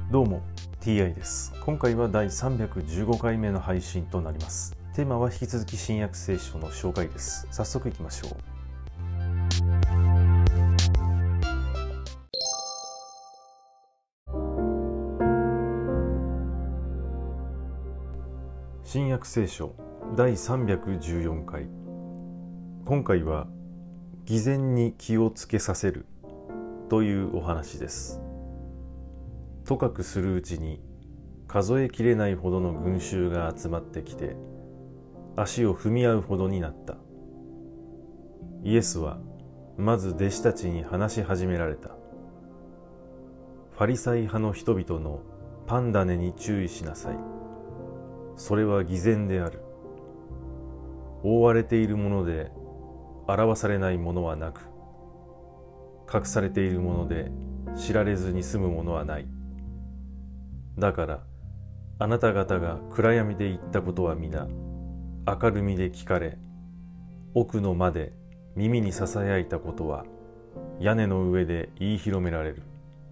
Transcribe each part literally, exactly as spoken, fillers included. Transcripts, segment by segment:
どうも ティーアイ です。今回はだいさんびゃくじゅうごかいめの配信となります。テーマは引き続き新約聖書の紹介です。早速いきましょう。新約聖書だいさんびゃくじゅうよんかい。今回は偽善に気をつけさせるというお話です。とかくするうちに数えきれないほどの群衆が集まってきて足を踏み合うほどになった。イエスはまず弟子たちに話し始められた。ファリサイ派の人々のパン種に注意しなさい。それは偽善である。覆われているもので表されないものはなく、隠されているもので知られずに済むものはない。だからあなた方が暗闇で言ったことは皆明るみで聞かれ、奥の間で耳にささやいたことは屋根の上で言い広められる。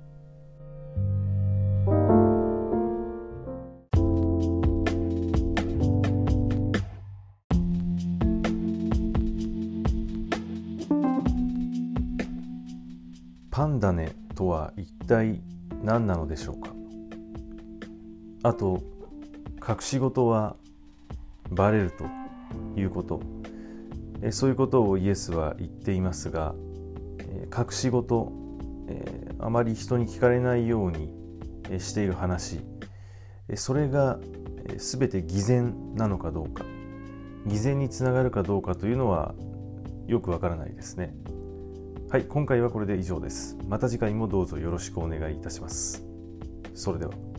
パン種とは一体何なのでしょうか。あと、隠し事はバレるということ、えそういうことをイエスは言っていますが、え隠し事、えあまり人に聞かれないようにしている話、それが全て偽善なのかどうか、偽善につながるかどうかというのはよくわからないですね。はい、今回はこれで以上です。また次回もどうぞよろしくお願いいたします。それでは。